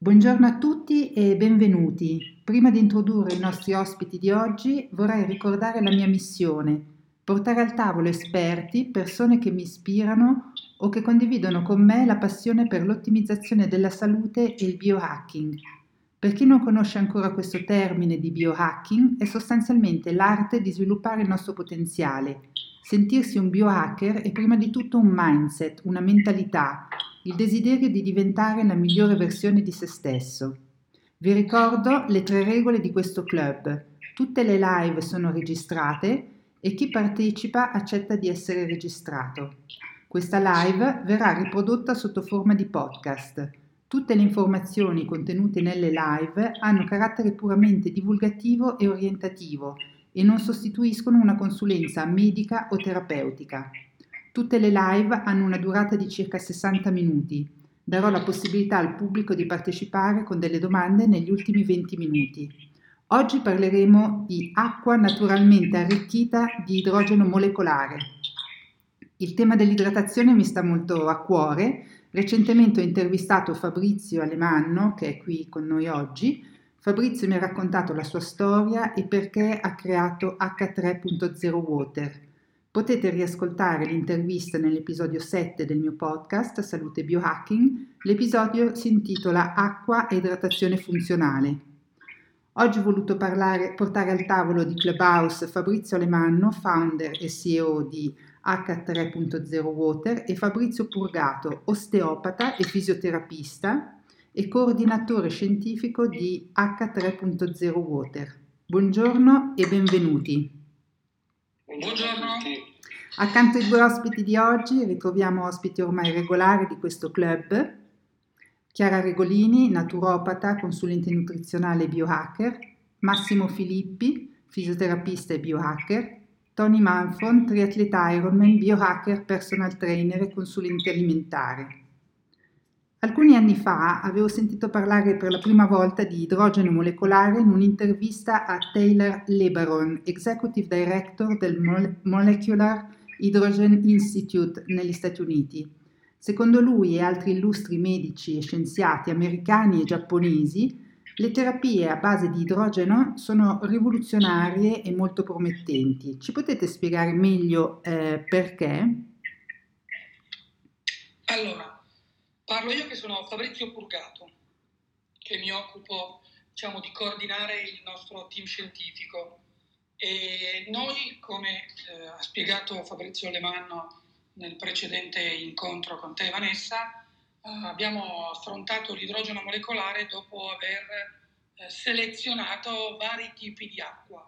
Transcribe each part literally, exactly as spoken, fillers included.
Buongiorno a tutti e benvenuti. Prima di introdurre i nostri ospiti di oggi, vorrei ricordare la mia missione: portare al tavolo esperti, persone che mi ispirano o che condividono con me la passione per l'ottimizzazione della salute e il biohacking. Per chi non conosce ancora questo termine di biohacking, è sostanzialmente l'arte di sviluppare il nostro potenziale. Sentirsi un biohacker è prima di tutto un mindset, una mentalità, il desiderio di diventare la migliore versione di se stesso. Vi ricordo le tre regole di questo club. Tutte le live sono registrate e chi partecipa accetta di essere registrato. Questa live verrà riprodotta sotto forma di podcast. Tutte le informazioni contenute nelle live hanno carattere puramente divulgativo e orientativo e non sostituiscono una consulenza medica o terapeutica. Tutte le live hanno una durata di circa sessanta minuti. Darò la possibilità al pubblico di partecipare con delle domande negli ultimi venti minuti. Oggi parleremo di acqua naturalmente arricchita di idrogeno molecolare. Il tema dell'idratazione mi sta molto a cuore. Recentemente ho intervistato Fabrizio Alemanno, che è qui con noi oggi. Fabrizio mi ha raccontato la sua storia e perché ha creato acca tre punto zero Water. Potete riascoltare l'intervista nell'episodio sette del mio podcast Salute Biohacking. L'episodio si intitola Acqua e idratazione funzionale. Oggi ho voluto parlare, portare al tavolo di Clubhouse Fabrizio Alemanno, founder e C E O di acca tre punto zero Water, e Fabrizio Purgato, osteopata e fisioterapista e coordinatore scientifico di acca tre punto zero Water. Buongiorno e benvenuti. Buongiorno. Accanto ai due ospiti di oggi ritroviamo ospiti ormai regolari di questo club: Chiara Regolini, naturopata, consulente nutrizionale e biohacker; Massimo Filippi, fisioterapista e biohacker; Tony Manfron, triatleta Ironman, biohacker, personal trainer e consulente alimentare. Alcuni anni fa avevo sentito parlare per la prima volta di idrogeno molecolare in un'intervista a Taylor Lebaron, Executive Director del Mole- Molecular Hydrogen Institute negli Stati Uniti. Secondo lui e altri illustri medici e scienziati americani e giapponesi, le terapie a base di idrogeno sono rivoluzionarie e molto promettenti. Ci potete spiegare meglio eh, perché? Allora, parlo io che sono Fabrizio Purgato, che mi occupo, diciamo, di coordinare il nostro team scientifico. E noi, come eh, ha spiegato Fabrizio Alemanno nel precedente incontro con te, Vanessa, eh, abbiamo affrontato l'idrogeno molecolare dopo aver eh, selezionato vari tipi di acqua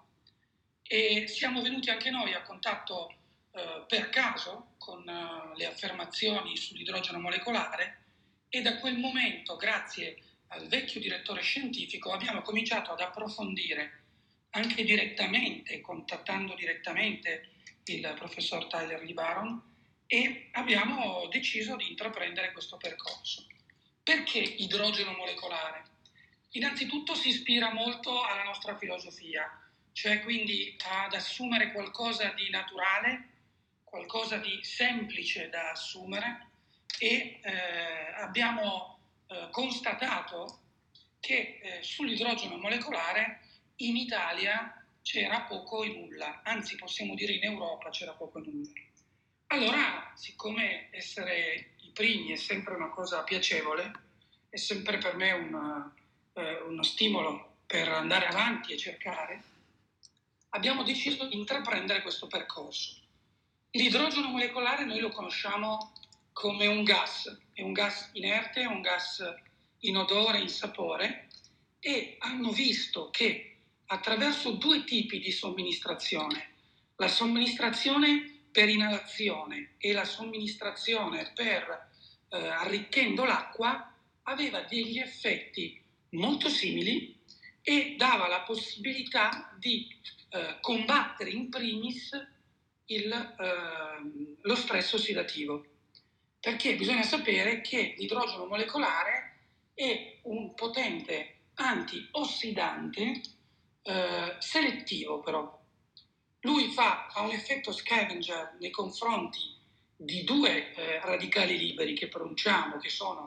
e siamo venuti anche noi a contatto eh, per caso con eh, le affermazioni sull'idrogeno molecolare e da quel momento, grazie al vecchio direttore scientifico, abbiamo cominciato ad approfondire anche direttamente, contattando direttamente il professor Tyler Lebaron, e abbiamo deciso di intraprendere questo percorso. Perché idrogeno molecolare? Innanzitutto si ispira molto alla nostra filosofia, cioè quindi ad assumere qualcosa di naturale, qualcosa di semplice da assumere, e eh, abbiamo eh, constatato che eh, sull'idrogeno molecolare in Italia c'era poco e nulla, anzi possiamo dire in Europa c'era poco e nulla. Allora, siccome essere i primi è sempre una cosa piacevole, è sempre per me un, eh, uno stimolo per andare avanti e cercare, abbiamo deciso di intraprendere questo percorso. L'idrogeno molecolare noi lo conosciamo come un gas, è un gas inerte, è un gas inodore, insapore, e hanno visto che attraverso due tipi di somministrazione, la somministrazione per inalazione e la somministrazione per eh, arricchendo l'acqua, aveva degli effetti molto simili e dava la possibilità di eh, combattere in primis il, eh, lo stress ossidativo, perché bisogna sapere che l'idrogeno molecolare è un potente antiossidante eh, selettivo, però lui fa, ha un effetto scavenger nei confronti di due eh, radicali liberi che produciamo, che sono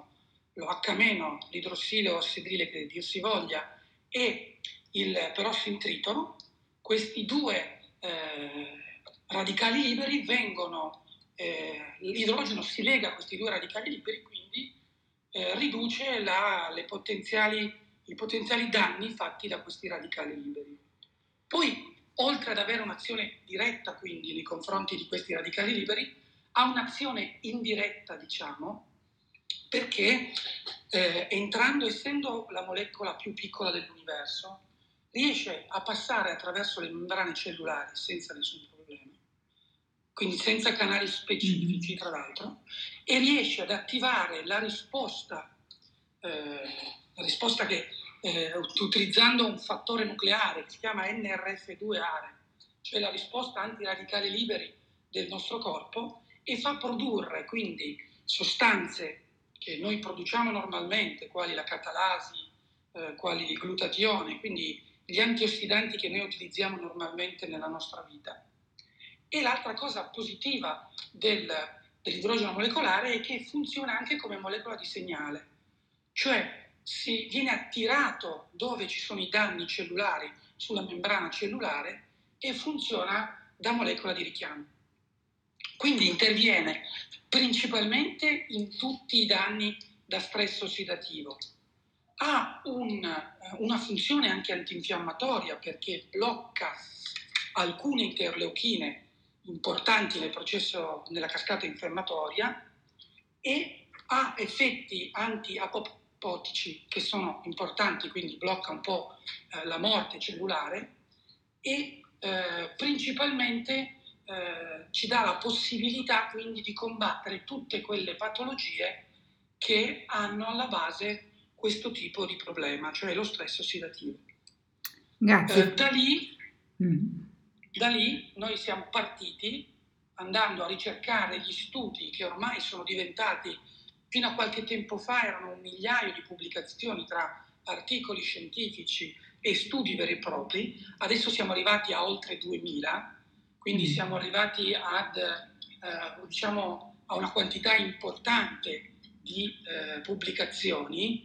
lo H-, l'idrossile ossidrile che dir si voglia, e il perossintritono, questi due eh, radicali liberi vengono, eh, l'idrogeno si lega a questi due radicali liberi, quindi eh, riduce la, le potenziali, i potenziali danni fatti da questi radicali liberi. Poi, oltre ad avere un'azione diretta quindi nei confronti di questi radicali liberi, ha un'azione indiretta, diciamo, perché eh, entrando, essendo la molecola più piccola dell'universo, riesce a passare attraverso le membrane cellulari senza nessun problema, quindi senza canali specifici tra l'altro, e riesce ad attivare la risposta, eh, la risposta che eh, utilizzando un fattore nucleare che si chiama N R F due are, cioè la risposta antiradicali liberi del nostro corpo, e fa produrre quindi sostanze che noi produciamo normalmente, quali la catalasi, eh, quali il glutatione, quindi gli antiossidanti che noi utilizziamo normalmente nella nostra vita. E l'altra cosa positiva del, dell'idrogeno molecolare è che funziona anche come molecola di segnale, cioè si viene attirato dove ci sono i danni cellulari sulla membrana cellulare e funziona da molecola di richiamo. Quindi interviene principalmente in tutti i danni da stress ossidativo. Ha un, una funzione anche antinfiammatoria perché blocca alcune interleuchine importanti nel processo, nella cascata infiammatoria, e ha effetti anti-apoptotici che sono importanti, quindi blocca un po' eh, la morte cellulare, e eh, principalmente eh, ci dà la possibilità quindi di combattere tutte quelle patologie che hanno alla base questo tipo di problema, cioè lo stress ossidativo. Grazie. Eh, da lì, mm. da lì noi siamo partiti andando a ricercare gli studi che ormai sono diventati, fino a qualche tempo fa erano un migliaio di pubblicazioni tra articoli scientifici e studi veri e propri, adesso siamo arrivati a oltre duemila, quindi mm. siamo arrivati ad, eh, diciamo, a una quantità importante di eh, pubblicazioni.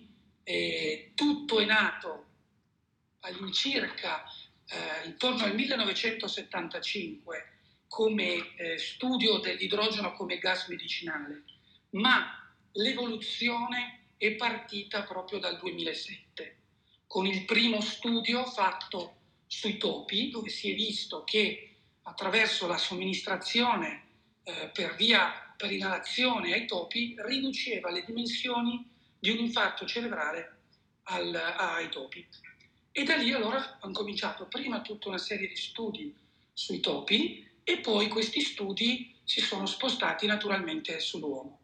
E tutto è nato all'incirca eh, intorno al millenovecentosettantacinque come eh, studio dell'idrogeno come gas medicinale, ma l'evoluzione è partita proprio dal duemilasette, con il primo studio fatto sui topi, dove si è visto che attraverso la somministrazione eh, per via per inalazione ai topi riduceva le dimensioni di un infarto cerebrale al, ai topi. E da lì allora hanno cominciato prima tutta una serie di studi sui topi, e poi questi studi si sono spostati naturalmente sull'uomo.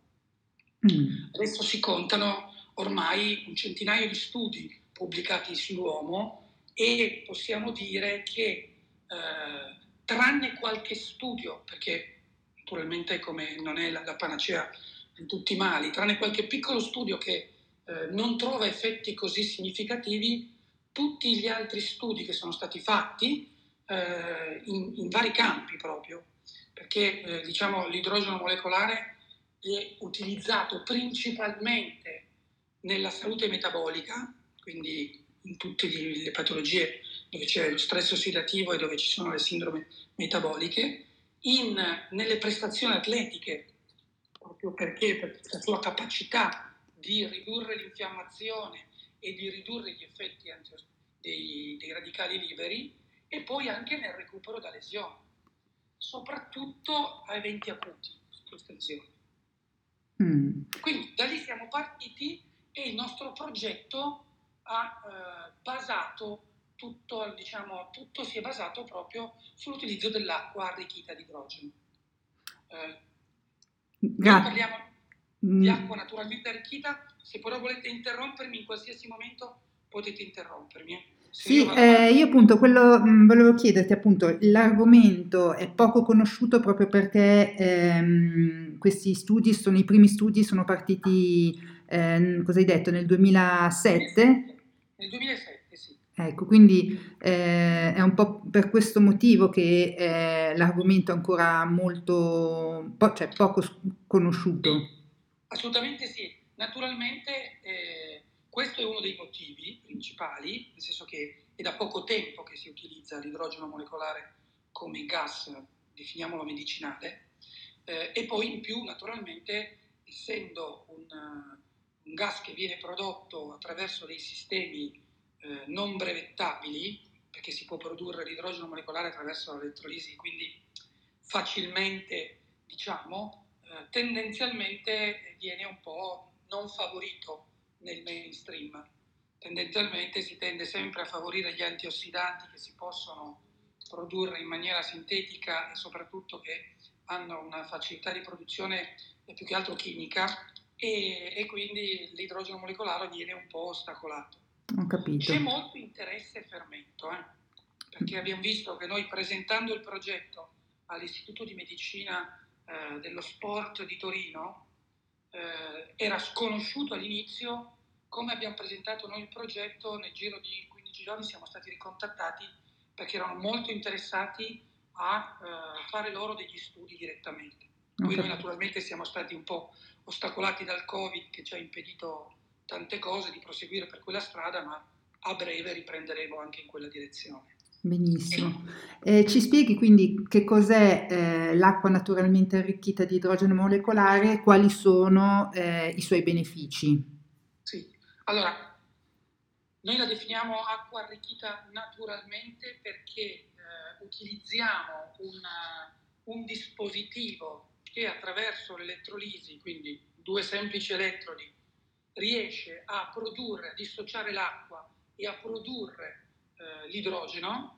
Mm. Adesso si contano ormai un centinaio di studi pubblicati sull'uomo, e possiamo dire che eh, tranne qualche studio, perché naturalmente come non è la, la panacea di tutti i mali, tranne qualche piccolo studio che eh, non trova effetti così significativi, tutti gli altri studi che sono stati fatti eh, in, in vari campi proprio, perché eh, diciamo l'idrogeno molecolare è utilizzato principalmente nella salute metabolica, quindi in tutte le patologie dove c'è lo stress ossidativo e dove ci sono le sindrome metaboliche, in, nelle prestazioni atletiche, proprio perché per la sua capacità di ridurre l'infiammazione e di ridurre gli effetti dei, dei radicali liberi, e poi anche nel recupero da lesioni, soprattutto a eventi acuti, queste lesioni. Mm. Quindi da lì siamo partiti, e il nostro progetto ha eh, basato tutto, diciamo, tutto si è basato proprio sull'utilizzo dell'acqua arricchita di idrogeno. Eh, noi parliamo di acqua naturalmente arricchita. Se però volete interrompermi in qualsiasi momento potete interrompermi. Eh. Sì, io, eh, io appunto quello mh, volevo chiederti, appunto, l'argomento è poco conosciuto proprio perché ehm, questi studi sono i primi studi, sono partiti, eh, cosa hai detto, nel duemilasette? Nel duemilasette, sì. Ecco, quindi eh, è un po' per questo motivo che eh, l'argomento è ancora molto, po- cioè poco conosciuto. Assolutamente sì. Naturalmente eh, questo è uno dei motivi principali, nel senso che è da poco tempo che si utilizza l'idrogeno molecolare come gas, definiamolo medicinale, eh, e poi in più naturalmente essendo un, un gas che viene prodotto attraverso dei sistemi eh, non brevettabili, perché si può produrre l'idrogeno molecolare attraverso l'elettrolisi, quindi facilmente, diciamo, eh, tendenzialmente viene un po' non favorito nel mainstream. Tendenzialmente si tende sempre a favorire gli antiossidanti che si possono produrre in maniera sintetica e soprattutto che hanno una facilità di produzione più che altro chimica e, e quindi l'idrogeno molecolare viene un po' ostacolato. Ho capito. C'è molto interesse e fermento, eh? Perché abbiamo visto che noi presentando il progetto all'Istituto di Medicina eh, dello Sport di Torino eh, era sconosciuto all'inizio. Come abbiamo presentato noi il progetto, nel giro di quindici giorni siamo stati ricontattati perché erano molto interessati a eh, fare loro degli studi direttamente. Poi noi naturalmente siamo stati un po' ostacolati dal Covid che ci ha impedito tante cose di proseguire per quella strada, ma a breve riprenderemo anche in quella direzione. Benissimo. Eh, ci spieghi quindi che cos'è eh, l'acqua naturalmente arricchita di idrogeno molecolare e quali sono eh, i suoi benefici? Sì, allora, noi la definiamo acqua arricchita naturalmente perché eh, utilizziamo una, un dispositivo che attraverso l'elettrolisi, quindi due semplici elettrodi, riesce a produrre, a dissociare l'acqua e a produrre eh, l'idrogeno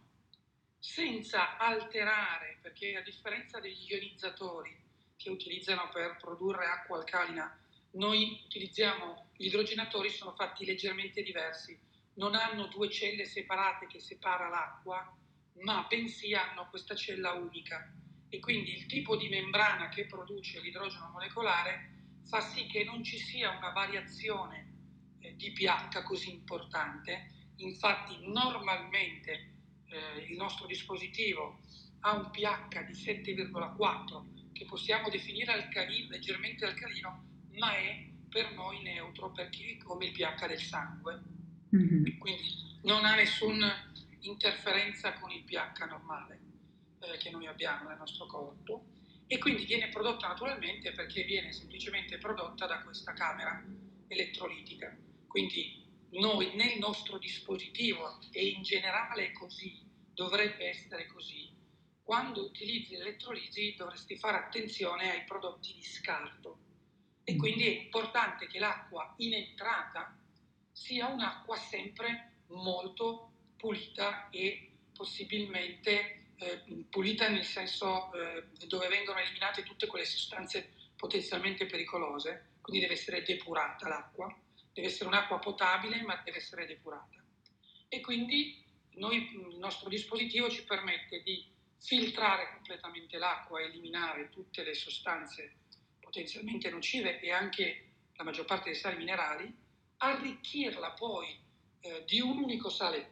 senza alterare, perché a differenza degli ionizzatori che utilizzano per produrre acqua alcalina, noi utilizziamo gli idrogenatori, sono fatti leggermente diversi, non hanno due celle separate che separa l'acqua, ma bensì hanno questa cella unica e quindi il tipo di membrana che produce l'idrogeno molecolare fa sì che non ci sia una variazione eh, di pH così importante. Infatti normalmente eh, il nostro dispositivo ha un pH di sette virgola quattro che possiamo definire alcalino, leggermente alcalino, ma è per noi neutro perché è come il pH del sangue. Mm-hmm. Quindi non ha nessuna interferenza con il pH normale eh, che noi abbiamo nel nostro corpo e quindi viene prodotta naturalmente perché viene semplicemente prodotta da questa camera elettrolitica. Quindi noi nel nostro dispositivo e in generale è così, dovrebbe essere così, quando utilizzi l'elettrolisi dovresti fare attenzione ai prodotti di scarto e quindi è importante che l'acqua in entrata sia un'acqua sempre molto pulita e possibilmente eh, pulita nel senso eh, dove vengono eliminate tutte quelle sostanze potenzialmente pericolose, quindi deve essere depurata l'acqua, deve essere un'acqua potabile ma deve essere depurata. E quindi noi, il nostro dispositivo ci permette di filtrare completamente l'acqua, eliminare tutte le sostanze potenzialmente nocive e anche la maggior parte dei sali minerali, arricchirla poi eh, di un unico sale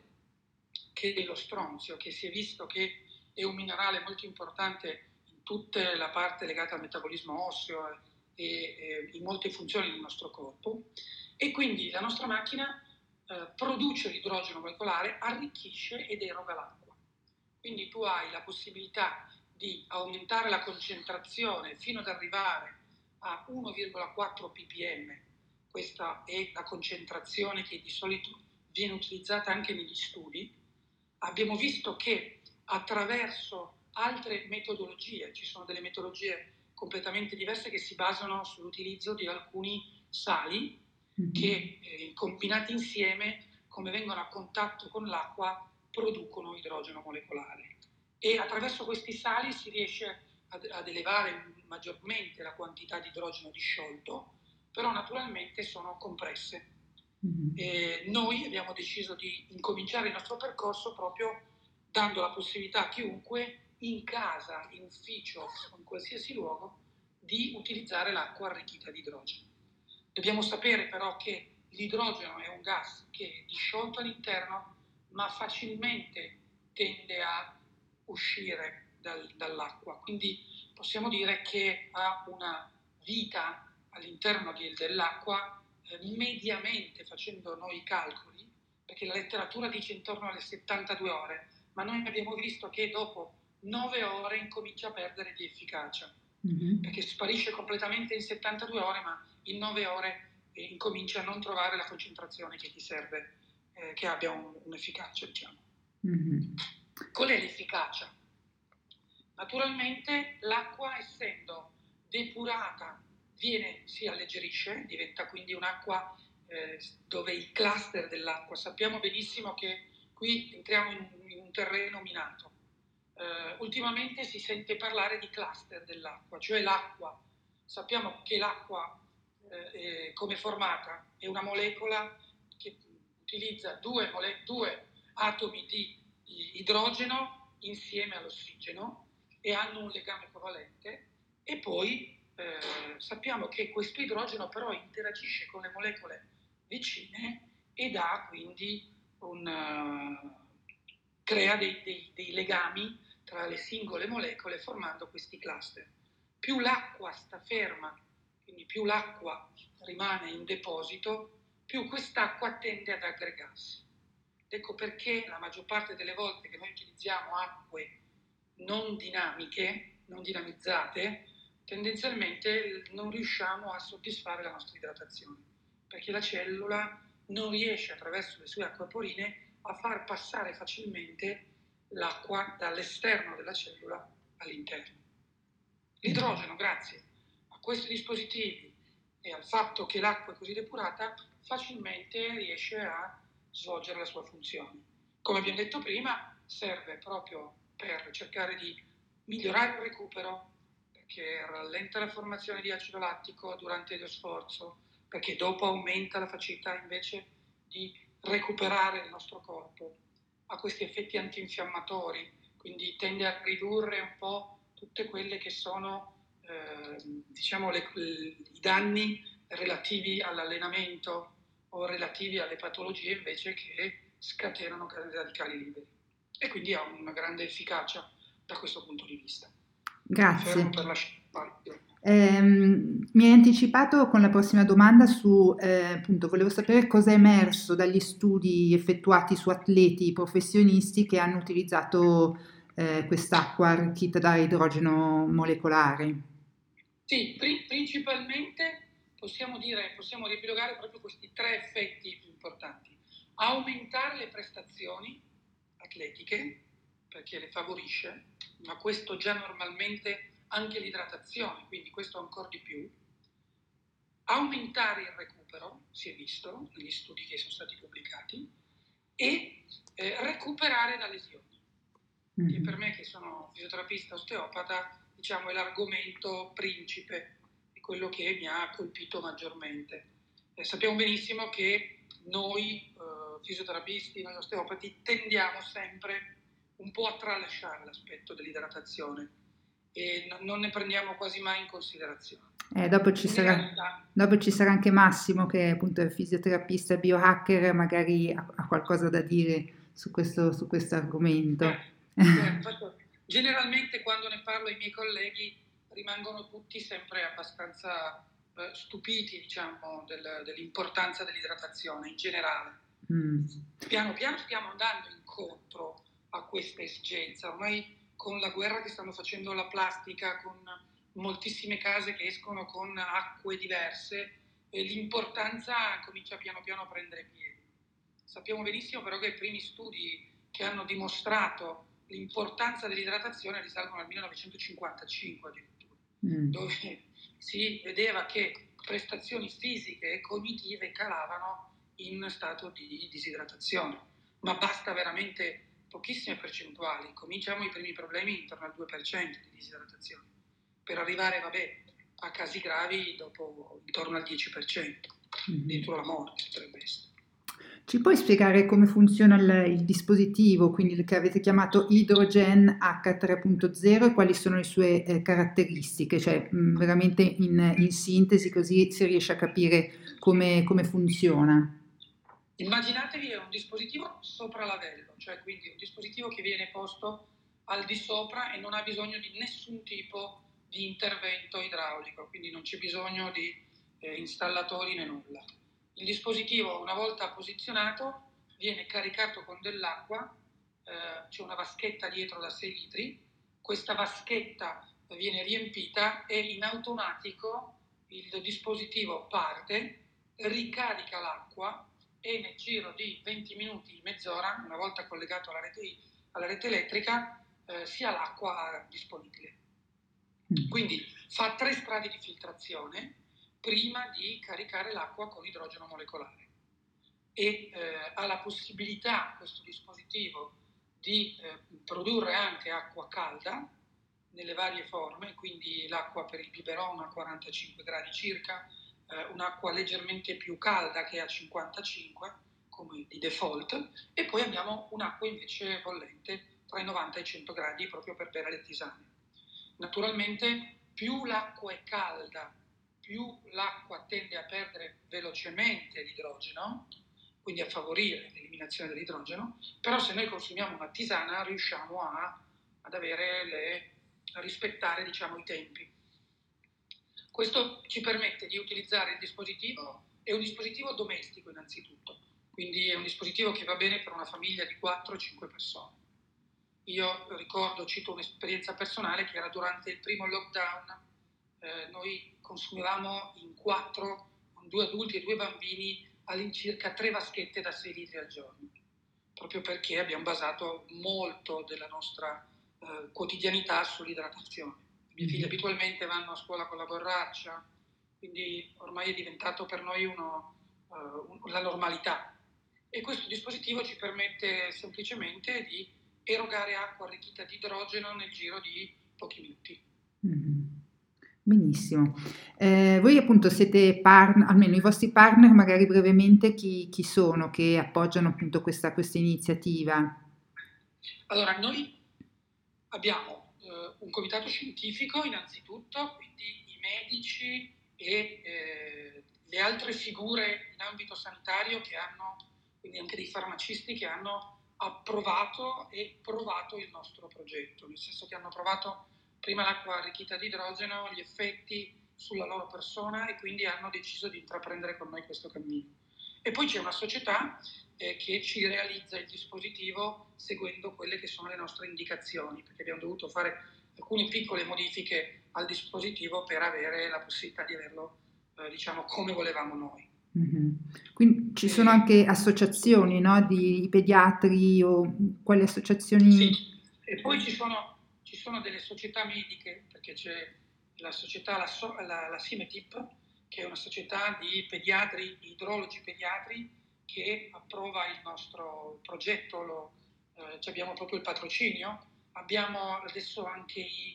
che è lo stronzio, che si è visto che è un minerale molto importante in tutta la parte legata al metabolismo osseo e, e in molte funzioni del nostro corpo, e quindi la nostra macchina eh, produce l'idrogeno molecolare, arricchisce ed eroga l'acqua. Quindi tu hai la possibilità di aumentare la concentrazione fino ad arrivare a uno virgola quattro ppm. Questa è la concentrazione che di solito viene utilizzata anche negli studi. Abbiamo visto che attraverso altre metodologie, ci sono delle metodologie completamente diverse che si basano sull'utilizzo di alcuni sali mm-hmm. che eh, combinati insieme, come vengono a contatto con l'acqua, producono idrogeno molecolare. E attraverso questi sali si riesce ad, ad elevare maggiormente la quantità di idrogeno disciolto, però naturalmente sono compresse. Mm-hmm. E noi abbiamo deciso di incominciare il nostro percorso proprio dando la possibilità a chiunque in casa, in ufficio o in qualsiasi luogo di utilizzare l'acqua arricchita di idrogeno. Dobbiamo sapere però che l'idrogeno è un gas che è disciolto all'interno ma facilmente tende a uscire dal, dall'acqua, quindi possiamo dire che ha una vita all'interno di, dell'acqua eh, mediamente, facendo noi i calcoli, perché la letteratura dice intorno alle settantadue ore, ma noi abbiamo visto che dopo nove ore incomincia a perdere di efficacia, mm-hmm. perché sparisce completamente in settantadue ore, ma in nove ore eh, incomincia a non trovare la concentrazione che ti serve, eh, che abbia un, un'efficacia, diciamo. Mm-hmm. Qual è l'efficacia? Naturalmente l'acqua, essendo depurata, viene, si alleggerisce, diventa quindi un'acqua eh, dove i cluster dell'acqua, sappiamo benissimo che qui entriamo in, in un terreno minato. Uh, ultimamente si sente parlare di cluster dell'acqua, cioè l'acqua, sappiamo che l'acqua eh, è, come è formata, è una molecola che utilizza due, mole- due atomi di, di idrogeno insieme all'ossigeno e hanno un legame covalente, e poi eh, sappiamo che questo idrogeno però interagisce con le molecole vicine e dà quindi un, uh, crea dei, dei, dei legami tra le singole molecole formando questi cluster. Più l'acqua sta ferma, quindi più l'acqua rimane in deposito, più quest'acqua tende ad aggregarsi. Ecco perché la maggior parte delle volte che noi utilizziamo acque non dinamiche, non dinamizzate, tendenzialmente non riusciamo a soddisfare la nostra idratazione, perché la cellula non riesce attraverso le sue acquaporine a far passare facilmente l'acqua dall'esterno della cellula all'interno. L'idrogeno, grazie a questi dispositivi e al fatto che l'acqua è così depurata, facilmente riesce a svolgere la sua funzione. Come abbiamo detto prima, serve proprio per cercare di migliorare il recupero, perché rallenta la formazione di acido lattico durante lo sforzo, perché dopo aumenta la facilità invece di recuperare il nostro corpo, ha questi effetti antinfiammatori, quindi tende a ridurre un po' tutte quelle che sono eh, diciamo le, i danni relativi all'allenamento o relativi alle patologie invece che scatenano radicali liberi, e quindi ha una grande efficacia da questo punto di vista. Grazie. Per la... Eh, mi hai anticipato con la prossima domanda su, eh, appunto, volevo sapere cosa è emerso dagli studi effettuati su atleti professionisti che hanno utilizzato eh, quest'acqua arricchita da idrogeno molecolare. Sì, pri- principalmente possiamo dire, possiamo riepilogare proprio questi tre effetti importanti. Aumentare le prestazioni atletiche, perché le favorisce, ma questo già normalmente anche l'idratazione, quindi questo ancora di più. Aumentare il recupero, si è visto negli studi che sono stati pubblicati, e eh, recuperare da lesioni, mm-hmm. che per me, che sono fisioterapista osteopata, diciamo è l'argomento principe, è quello che mi ha colpito maggiormente. Eh, sappiamo benissimo che noi eh, fisioterapisti, noi osteopati, tendiamo sempre un po' a tralasciare l'aspetto dell'idratazione e n- non ne prendiamo quasi mai in considerazione. Eh, dopo, ci sarà, realtà, dopo ci sarà anche Massimo, che appunto è fisioterapista e biohacker, magari ha, ha qualcosa da dire su questo, su questo argomento. Eh, certo. Generalmente quando ne parlo ai miei colleghi rimangono tutti sempre abbastanza eh, stupiti, diciamo, del, dell'importanza dell'idratazione in generale. Mm. Piano piano stiamo andando incontro a questa esigenza. Ormai con la guerra che stanno facendo la plastica, con moltissime case che escono con acque diverse, e l'importanza comincia piano piano a prendere piede. Sappiamo benissimo però che i primi studi che hanno dimostrato l'importanza dell'idratazione risalgono al millenovecentocinquantacinque addirittura, mm. dove si vedeva che prestazioni fisiche e cognitive calavano in stato di disidratazione, ma basta veramente pochissime percentuali, cominciamo i primi problemi intorno al due per cento di disidratazione, per arrivare, vabbè, a casi gravi dopo intorno al dieci per cento, mm. addirittura la morte potrebbe essere. Ci puoi spiegare come funziona il, il dispositivo, quindi il che avete chiamato Hydrogen acca tre punto zero, e quali sono le sue eh, caratteristiche, cioè mh, veramente in, in sintesi, così si riesce a capire come, come funziona. Immaginatevi è un dispositivo sopra lavello, cioè quindi un dispositivo che viene posto al di sopra e non ha bisogno di nessun tipo di intervento idraulico, quindi non c'è bisogno di eh, installatori né nulla. Il dispositivo, una volta posizionato, viene caricato con dell'acqua, eh, c'è una vaschetta dietro da sei litri, questa vaschetta viene riempita e in automatico il dispositivo parte, ricarica l'acqua e nel giro di venti minuti, mezz'ora, una volta collegato alla rete, alla rete elettrica, eh, si ha l'acqua disponibile. Quindi fa tre strade di filtrazione prima di caricare l'acqua con idrogeno molecolare e eh, ha la possibilità, questo dispositivo, di eh, produrre anche acqua calda nelle varie forme, quindi l'acqua per il biberon a quarantacinque gradi circa, eh, un'acqua leggermente più calda che è a cinquantacinque come di default, e poi abbiamo un'acqua invece bollente tra i novanta e i cento gradi proprio per bere le tisane. Naturalmente più l'acqua è calda, più l'acqua tende a perdere velocemente l'idrogeno, quindi a favorire l'eliminazione dell'idrogeno, però se noi consumiamo una tisana riusciamo a, ad avere le, a rispettare, diciamo, i tempi. Questo ci permette di utilizzare il dispositivo, è un dispositivo domestico innanzitutto, quindi è un dispositivo che va bene per una famiglia di quattro cinque persone. Io ricordo, cito un'esperienza personale, che era durante il primo lockdown, eh, noi consumavamo in quattro, con due adulti e due bambini, all'incirca tre vaschette da sei litri al giorno, proprio perché abbiamo basato molto della nostra eh, quotidianità sull'idratazione. I miei figli abitualmente vanno a scuola con la borraccia, quindi ormai è diventato per noi uno, uh, un, la normalità. E questo dispositivo ci permette semplicemente di erogare acqua arricchita di idrogeno nel giro di pochi minuti. Mm-hmm. Benissimo. Eh, voi appunto siete partner, almeno i vostri partner, magari brevemente chi, chi sono che appoggiano appunto questa, questa iniziativa? Allora, noi abbiamo eh, un comitato scientifico innanzitutto, quindi i medici e eh, le altre figure in ambito sanitario che hanno, quindi anche dei farmacisti che hanno approvato e provato il nostro progetto, nel senso che hanno provato prima l'acqua arricchita di idrogeno, gli effetti sulla loro persona e quindi hanno deciso di intraprendere con noi questo cammino. E poi c'è una società eh, che ci realizza il dispositivo seguendo quelle che sono le nostre indicazioni, perché abbiamo dovuto fare alcune piccole modifiche al dispositivo per avere la possibilità di averlo, eh, diciamo, come volevamo noi. Mm-hmm. Quindi ci sono anche associazioni, no, di pediatri o quali associazioni? Sì, e poi ci sono, ci sono delle società mediche, perché c'è la società, la, so, la, la SIMETIP, che è una società di pediatri, idrologi pediatri, che approva il nostro progetto, lo, eh, abbiamo proprio il patrocinio, abbiamo adesso anche i,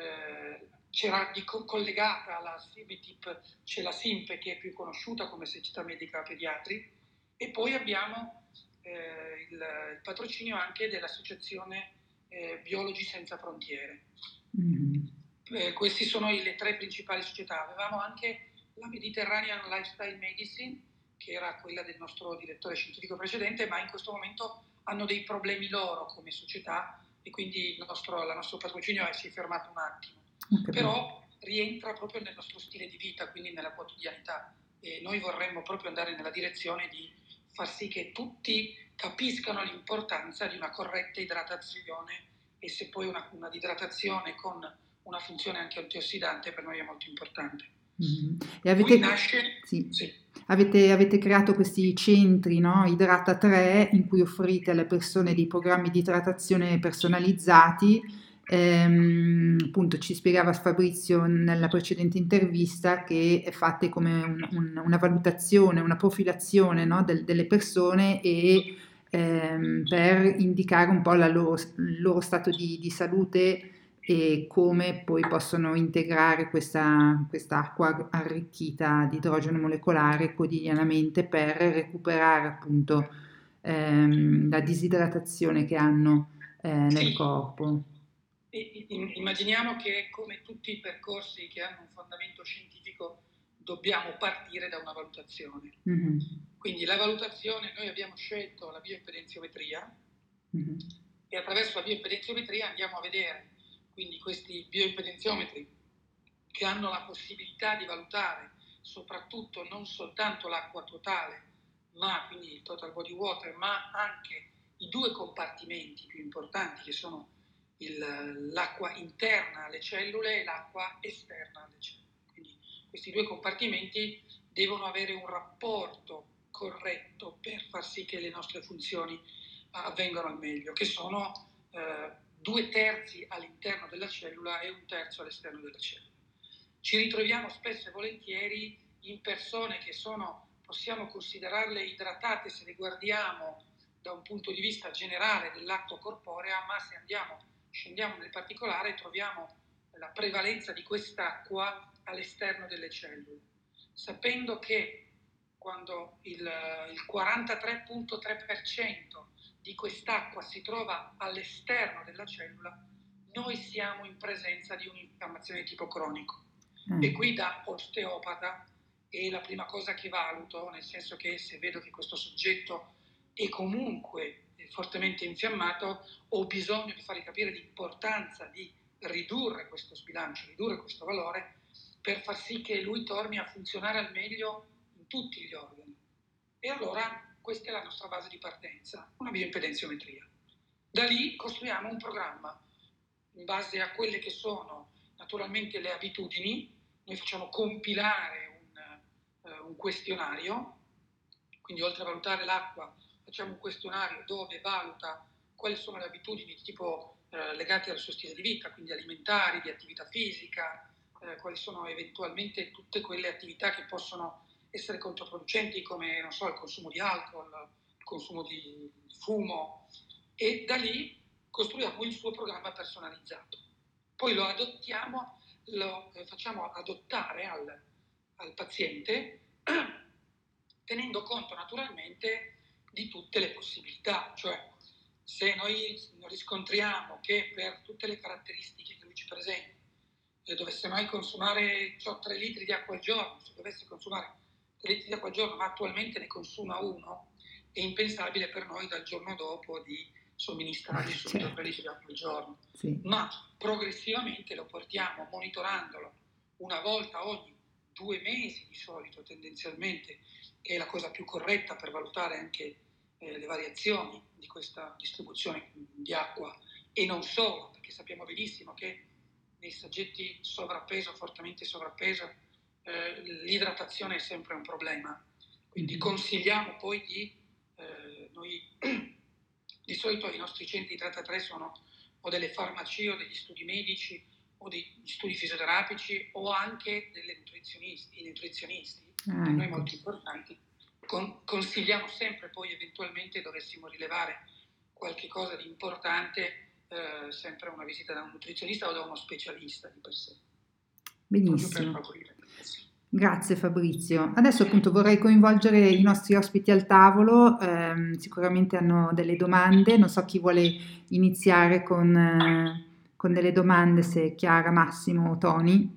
eh, c'era di co- collegata alla SIMETIP, c'è la SIMPE che è più conosciuta come Società Medica Pediatri, e poi abbiamo eh, il, il patrocinio anche dell'associazione eh, Biologi Senza Frontiere. Mm-hmm. Eh, queste sono le tre principali società. Avevamo anche la Mediterranean Lifestyle Medicine, che era quella del nostro direttore scientifico precedente, ma in questo momento hanno dei problemi loro come società e quindi il nostro, la nostro patrocinio è, si è fermato un attimo. Okay. Però rientra proprio nel nostro stile di vita, quindi nella quotidianità, e noi vorremmo proprio andare nella direzione di far sì che tutti capiscano l'importanza di una corretta idratazione, e se poi una, una idratazione con una funzione anche antiossidante per noi è molto importante. Mm-hmm. E avete, Qui nasce, sì. Sì. Avete, avete creato questi centri, no? Idrata tre, in cui offrite alle persone dei programmi di idratazione personalizzati. Ehm, appunto ci spiegava Fabrizio nella precedente intervista che fate come un, un, una valutazione, una profilazione, no? Del, delle persone e ehm, per indicare un po' la loro, il loro stato di, di salute e come poi possono integrare questa quest'acqua arricchita di idrogeno molecolare quotidianamente per recuperare appunto ehm, la disidratazione che hanno eh, nel Sì. corpo. Immaginiamo che, come tutti i percorsi che hanno un fondamento scientifico, dobbiamo partire da una valutazione. Mm-hmm. Quindi la valutazione, noi abbiamo scelto la bioimpedenziometria, mm-hmm. e attraverso la bioimpedenziometria andiamo a vedere quindi questi bioimpedenziometri che hanno la possibilità di valutare soprattutto non soltanto l'acqua totale, ma quindi il total body water, ma anche i due compartimenti più importanti che sono il, l'acqua interna alle cellule e l'acqua esterna alle cellule. Quindi questi due compartimenti devono avere un rapporto corretto per far sì che le nostre funzioni avvengano al meglio, che sono eh, due terzi all'interno della cellula e un terzo all'esterno della cellula. Ci ritroviamo spesso e volentieri in persone che sono, possiamo considerarle idratate se le guardiamo da un punto di vista generale dell'acqua corporea, ma se andiamo, scendiamo nel particolare troviamo la prevalenza di quest'acqua all'esterno delle cellule, sapendo che quando il, il quarantatré virgola tre per cento di quest'acqua si trova all'esterno della cellula, noi siamo in presenza di un'infiammazione di tipo cronico. Mm. E qui da osteopata è la prima cosa che valuto, nel senso che se vedo che questo soggetto è comunque fortemente infiammato, ho bisogno di fargli capire l'importanza di ridurre questo sbilancio, ridurre questo valore, per far sì che lui torni a funzionare al meglio in tutti gli organi. E allora questa è la nostra base di partenza, una bioimpedenziometria. Da lì costruiamo un programma in base a quelle che sono naturalmente le abitudini. Noi facciamo compilare un, uh, un questionario, quindi oltre a valutare l'acqua facciamo un questionario dove valuta quali sono le abitudini di tipo uh, legate al suo stile di vita, quindi alimentari, di attività fisica, uh, quali sono eventualmente tutte quelle attività che possono essere controproducenti, come non so, il consumo di alcol, il consumo di fumo, e da lì costruiamo il suo programma personalizzato. Poi lo adottiamo, lo facciamo adottare al, al paziente, tenendo conto naturalmente di tutte le possibilità, cioè se noi riscontriamo che per tutte le caratteristiche che lui ci presenta, se dovesse mai consumare cioè, tre litri di acqua al giorno, se dovesse consumare tre litri di acqua al giorno, ma attualmente ne consuma uno, è impensabile per noi dal giorno dopo di somministrargli subito certo. tre litri di acqua al giorno. Sì. Ma progressivamente lo portiamo monitorandolo una volta ogni due mesi di solito, tendenzialmente, che è la cosa più corretta per valutare anche eh, le variazioni di questa distribuzione di acqua, e non solo, perché sappiamo benissimo che nei soggetti sovrappeso, fortemente sovrappeso, eh, l'idratazione è sempre un problema. Quindi mm-hmm. consigliamo poi di, eh, noi di solito i nostri centri idratatori sono o delle farmacie o degli studi medici o degli studi fisioterapici o anche delle nutrizionisti, i nutrizionisti, ah, per noi ecco. molto importanti. Con, consigliamo sempre poi eventualmente dovessimo rilevare qualche cosa di importante, eh, sempre una visita da un nutrizionista o da uno specialista di per sé. Benissimo. Grazie Fabrizio. Adesso appunto vorrei coinvolgere i nostri ospiti al tavolo, ehm, sicuramente hanno delle domande, non so chi vuole iniziare con, eh, con delle domande, se Chiara, Massimo o Tony.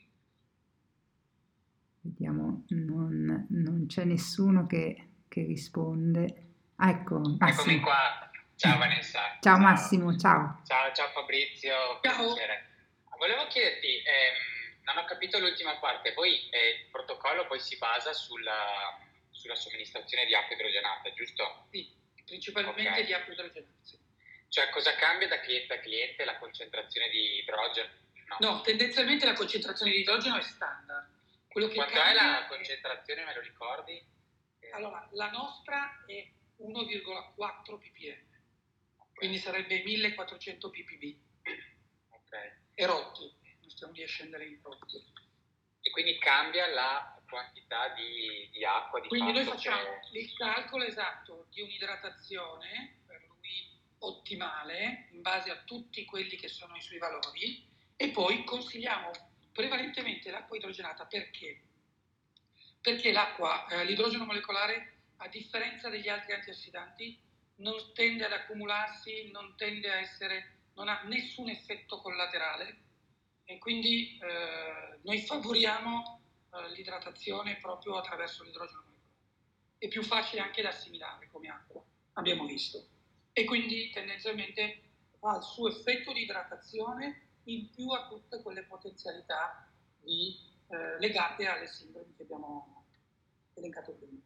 Vediamo, non, non c'è nessuno che, che risponde. Ah, ecco, Massimo. Eccomi qua. Ciao Vanessa. Ciao, ciao Massimo, ciao. Ciao, ciao Fabrizio. Ciao. Piacere. Volevo chiederti, ehm, non ho capito l'ultima parte, poi eh, il protocollo poi si basa sulla, sulla somministrazione di acqua idrogenata, giusto? Sì, principalmente okay. di acqua idrogenata. Sì. Cioè cosa cambia da cliente a cliente la concentrazione di idrogeno? No, no tendenzialmente la concentrazione di idrogeno è standard. Quello che Quanto è la concentrazione, è... me lo ricordi? Allora, la nostra è uno virgola quattro ppm, okay. quindi sarebbe millequattrocento ppb. Ok. E rotti. Stiamo di scendere in rotti. E quindi cambia la quantità di, di acqua di quindi noi fatto facciamo che... il calcolo esatto di un'idratazione per lui ottimale in base a tutti quelli che sono i suoi valori, e poi consigliamo prevalentemente l'acqua idrogenata. Perché? Perché l'acqua, eh, l'idrogeno molecolare, a differenza degli altri antiossidanti, non tende ad accumularsi, non tende a essere, non ha nessun effetto collaterale, e quindi eh, noi favoriamo eh, l'idratazione proprio attraverso l'idrogeno molecolare. È più facile anche da assimilare come acqua, abbiamo visto, e quindi tendenzialmente ha il suo effetto di idratazione in più a tutte quelle potenzialità di eh, legate alle sindromi che abbiamo elencato prima.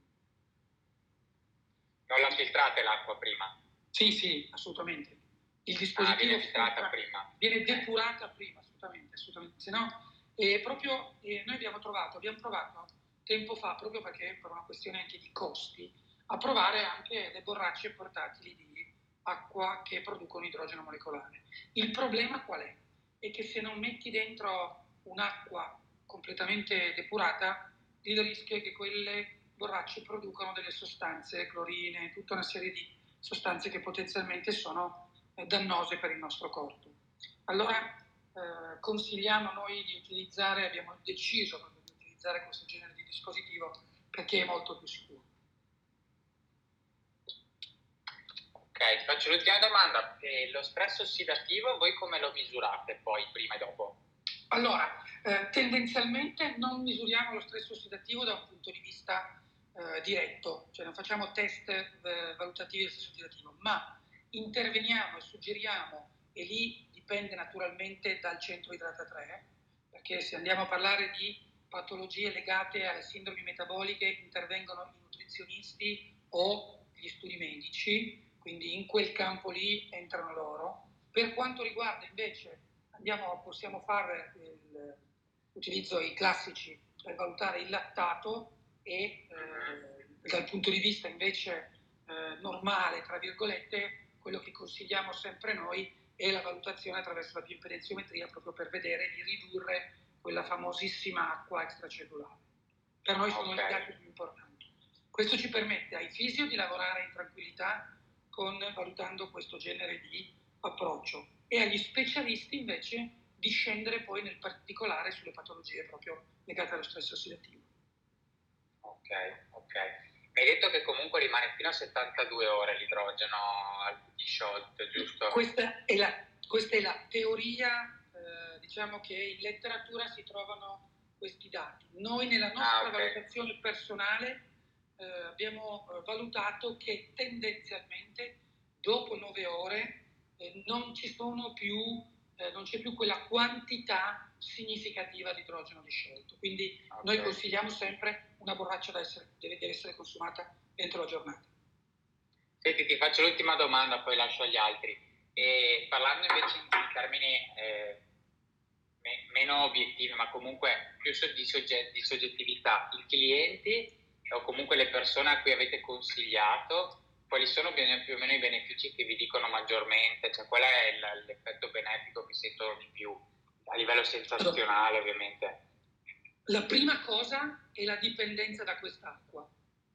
Non la filtrate l'acqua prima? Sì, sì, assolutamente. Il dispositivo ah, viene filtrata filtra, prima. Viene depurata prima, assolutamente, assolutamente. Se no, eh, proprio eh, noi abbiamo trovato, abbiamo provato tempo fa, proprio perché per una questione anche di costi, a provare anche le borracce portatili di acqua che producono idrogeno molecolare. Il problema qual è? È che se non metti dentro un'acqua completamente depurata, il rischio è che quelle borracce producono delle sostanze, clorine, tutta una serie di sostanze che potenzialmente sono eh, dannose per il nostro corpo. Allora eh, consigliamo noi di utilizzare, abbiamo deciso proprio di utilizzare questo genere di dispositivo perché è molto più sicuro. Ok, ti faccio l'ultima domanda. E lo stress ossidativo voi come lo misurate poi, prima e dopo? Allora, eh, tendenzialmente non misuriamo lo stress ossidativo da un punto di vista eh, diretto, cioè non facciamo test eh, valutativi del stress ossidativo, ma interveniamo e suggeriamo, e lì dipende naturalmente dal centro Idrata tre, perché se andiamo a parlare di patologie legate alle sindromi metaboliche intervengono i nutrizionisti o gli studi medici, quindi in quel campo lì entrano loro. Per quanto riguarda invece Andiamo, possiamo fare l'utilizzo i classici per valutare il lattato e eh, dal punto di vista invece eh, normale, tra virgolette, quello che consigliamo sempre noi è la valutazione attraverso la bioimpedenziometria proprio per vedere di ridurre quella famosissima acqua extracellulare. Per noi sono okay. i dati più importanti. Questo ci permette ai fisio di lavorare in tranquillità con, valutando questo genere di approccio e agli specialisti invece di scendere poi nel particolare sulle patologie proprio legate allo stress ossidativo. Ok, ok. Mi hai detto che comunque rimane fino a settantadue ore l'idrogeno al shot, giusto? Questa è la, questa è la teoria, eh, diciamo che in letteratura si trovano questi dati. Noi nella nostra ah, okay. valutazione personale eh, abbiamo eh, valutato che tendenzialmente dopo nove ore eh, non ci sono più, eh, non c'è più quella quantità significativa di idrogeno disciolto. Quindi okay. noi consigliamo sempre una borraccia da essere, deve, deve essere consumata entro la giornata. Senti, ti faccio l'ultima domanda, poi lascio agli altri. E parlando invece in termini eh, me, meno obiettivi, ma comunque più di, sogget- di soggettività, i clienti o comunque le persone a cui avete consigliato, quali sono più o meno i benefici che vi dicono maggiormente? Cioè, qual è il, l'effetto benefico che sentono di più, a livello sensazionale ovviamente? La prima cosa è la dipendenza da quest'acqua,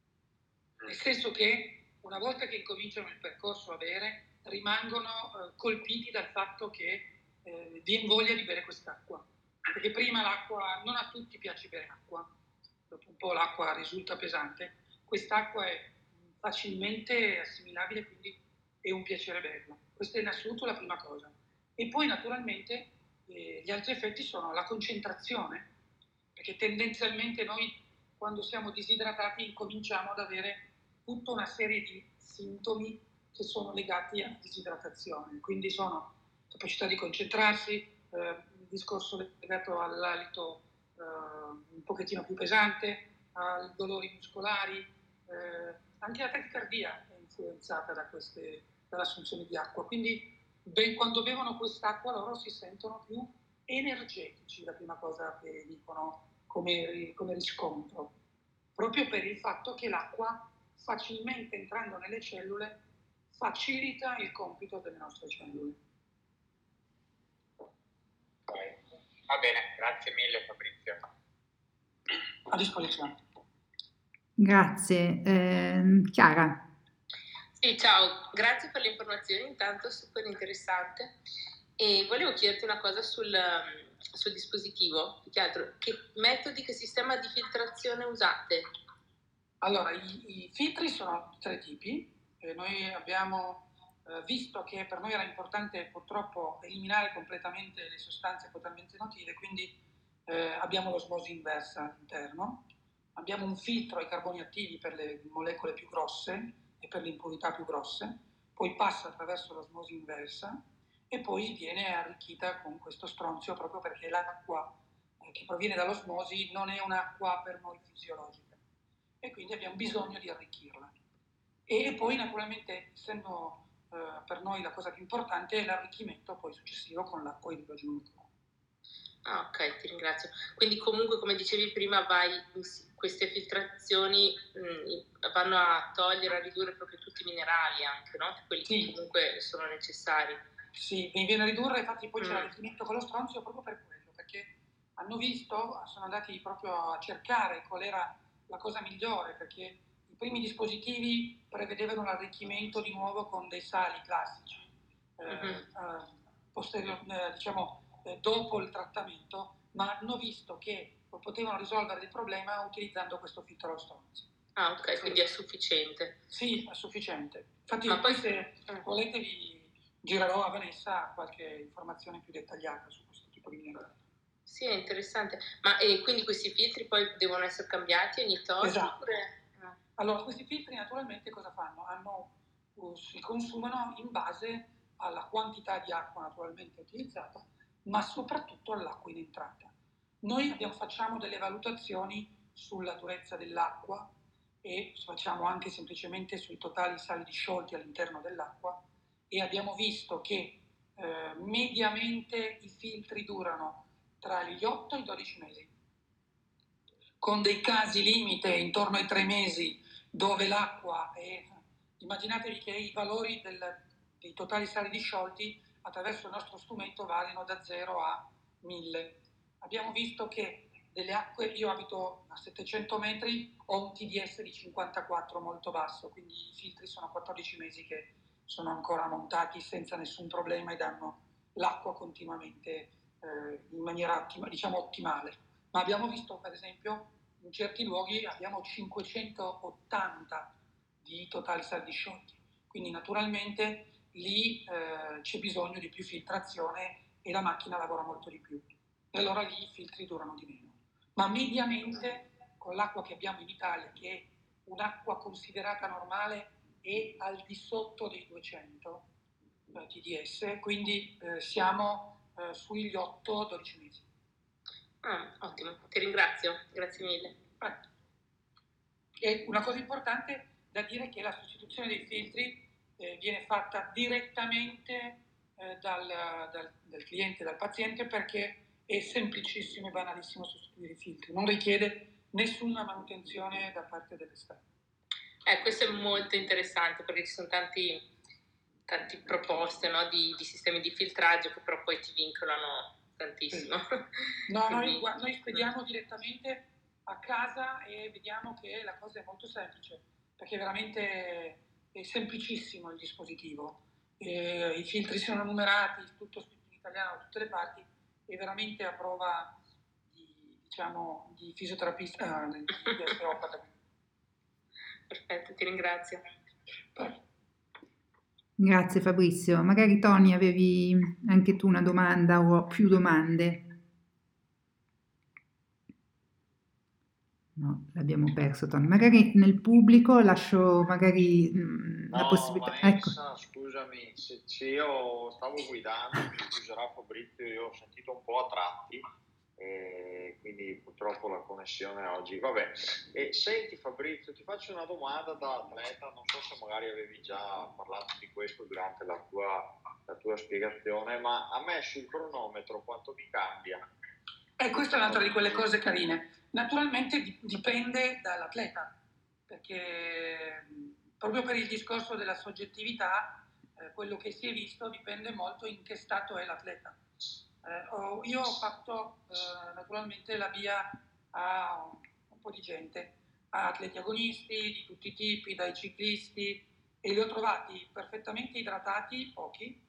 nel senso che una volta che incominciano il percorso a bere, rimangono eh, colpiti dal fatto che eh, viene voglia di bere quest'acqua. Perché prima l'acqua, non a tutti piace bere acqua, dopo un po' l'acqua risulta pesante, quest'acqua è facilmente assimilabile, quindi è un piacere berla. Questa è in assoluto la prima cosa. E poi naturalmente eh, gli altri effetti sono la concentrazione, perché tendenzialmente noi quando siamo disidratati incominciamo ad avere tutta una serie di sintomi che sono legati alla disidratazione, quindi sono capacità di concentrarsi, eh, il discorso legato all'alito eh, un pochettino più pesante, ai dolori muscolari, eh, anche la tachicardia è influenzata da queste, dall'assunzione di acqua, quindi ben, quando bevono quest'acqua loro si sentono più energetici, la prima cosa che dicono come, come riscontro, proprio per il fatto che l'acqua facilmente entrando nelle cellule facilita il compito delle nostre cellule. Va bene, grazie mille Fabrizio. A disposizione. Grazie. Eh, Chiara. Sì, ciao, grazie per le informazioni, intanto super interessante. E volevo chiederti una cosa sul, sul dispositivo, più che altro, che metodi, che sistema di filtrazione usate? Allora, i, i filtri sono di tre tipi. Eh, noi abbiamo eh, visto che per noi era importante purtroppo eliminare completamente le sostanze potenzialmente nocive, quindi eh, abbiamo l'osmosi inversa all'interno. Abbiamo un filtro ai carboni attivi per le molecole più grosse e per le impurità più grosse, poi passa attraverso l'osmosi inversa e poi viene arricchita con questo stronzio proprio perché l'acqua che proviene dall'osmosi non è un'acqua per noi fisiologica e quindi abbiamo bisogno di arricchirla. E poi naturalmente, essendo eh, per noi la cosa più importante, è l'arricchimento poi successivo con l'acqua idrogenica. Ah, ok, ti ringrazio. Quindi comunque, come dicevi prima, vai, queste filtrazioni mh, vanno a togliere, a ridurre proprio tutti i minerali anche, no? Quelli sì. che comunque sono necessari. Sì, mi viene a ridurre, infatti poi mm. c'è l'arricchimento con lo stronzio proprio per quello, perché hanno visto, sono andati proprio a cercare qual era la cosa migliore, perché i primi dispositivi prevedevano l'arricchimento di nuovo con dei sali classici, mm-hmm. eh, eh, posterior, eh, diciamo eh, dopo il trattamento, ma hanno visto che potevano risolvere il problema utilizzando questo filtro allo stronzio. Ah, ok, sì. Quindi è sufficiente. Sì, è sufficiente. Infatti ma poi se mm. volete vi girerò a Vanessa qualche informazione più dettagliata su questo tipo di minerale. Sì, è interessante. Ma e quindi questi filtri poi devono essere cambiati ogni tot? Esatto. Oppure... Allora, questi filtri naturalmente cosa fanno? Hanno, uh, si consumano in base alla quantità di acqua naturalmente utilizzata, ma soprattutto all'acqua in entrata. Noi abbiamo, facciamo delle valutazioni sulla durezza dell'acqua e facciamo anche semplicemente sui totali sali disciolti all'interno dell'acqua, e abbiamo visto che eh, mediamente i filtri durano tra gli otto e i dodici mesi, con dei casi limite intorno ai tre mesi dove l'acqua è... Immaginatevi che i valori del, dei totali sali disciolti attraverso il nostro strumento variano da zero a mille. Abbiamo visto che delle acque, io abito a settecento metri, ho un T D S di cinquantaquattro molto basso, quindi i filtri sono quattordici mesi che sono ancora montati senza nessun problema e danno l'acqua continuamente eh, in maniera ottima, diciamo ottimale. Ma abbiamo visto, per esempio, in certi luoghi abbiamo cinquecentottanta di totali sali disciolti, quindi naturalmente lì eh, c'è bisogno di più filtrazione e la macchina lavora molto di più, e allora lì i filtri durano di meno. Ma mediamente con l'acqua che abbiamo in Italia, che è un'acqua considerata normale, e al di sotto dei duecento eh, T D S, quindi eh, siamo eh, sugli otto dodici mesi. Ah, ottimo, ti ringrazio, grazie mille. Eh. E una cosa importante da dire è che la sostituzione dei filtri eh, viene fatta direttamente eh, dal, dal, dal cliente, dal paziente, perché è semplicissimo e banalissimo sostituire i filtri, non richiede nessuna manutenzione da parte dell'esterno. Eh, questo è molto interessante, perché ci sono tanti, tanti proposte, no, di, di sistemi di filtraggio che però poi ti vincolano tantissimo. Sì. No, noi, noi spediamo direttamente a casa e vediamo che la cosa è molto semplice, perché veramente è semplicissimo il dispositivo. E i filtri sono numerati, tutto scritto in italiano da tutte le parti, e veramente a prova di, diciamo, di fisioterapista, di, di osteopata. Perfetto, ti ringrazio. Beh. Grazie Fabrizio. Magari Tony avevi anche tu una domanda o più domande? No, l'abbiamo perso Tony. Magari nel pubblico lascio magari mh, no, la possibilità. Vanessa, ecco. Scusami, se, se io stavo guidando, mi scuserà Fabrizio, io ho sentito un po' a tratti. E quindi purtroppo la connessione oggi, vabbè. E senti Fabrizio, ti faccio una domanda da atleta, non so se magari avevi già parlato di questo durante la tua, la tua spiegazione, ma a me sul cronometro quanto mi cambia? E questa è un'altra di quelle cose carine. Naturalmente dipende dall'atleta, perché proprio per il discorso della soggettività, eh, quello che si è visto dipende molto in che stato è l'atleta. Eh, io ho fatto eh, naturalmente la via a un, un po' di gente, a atleti agonisti di tutti i tipi, dai ciclisti, e li ho trovati perfettamente idratati, pochi,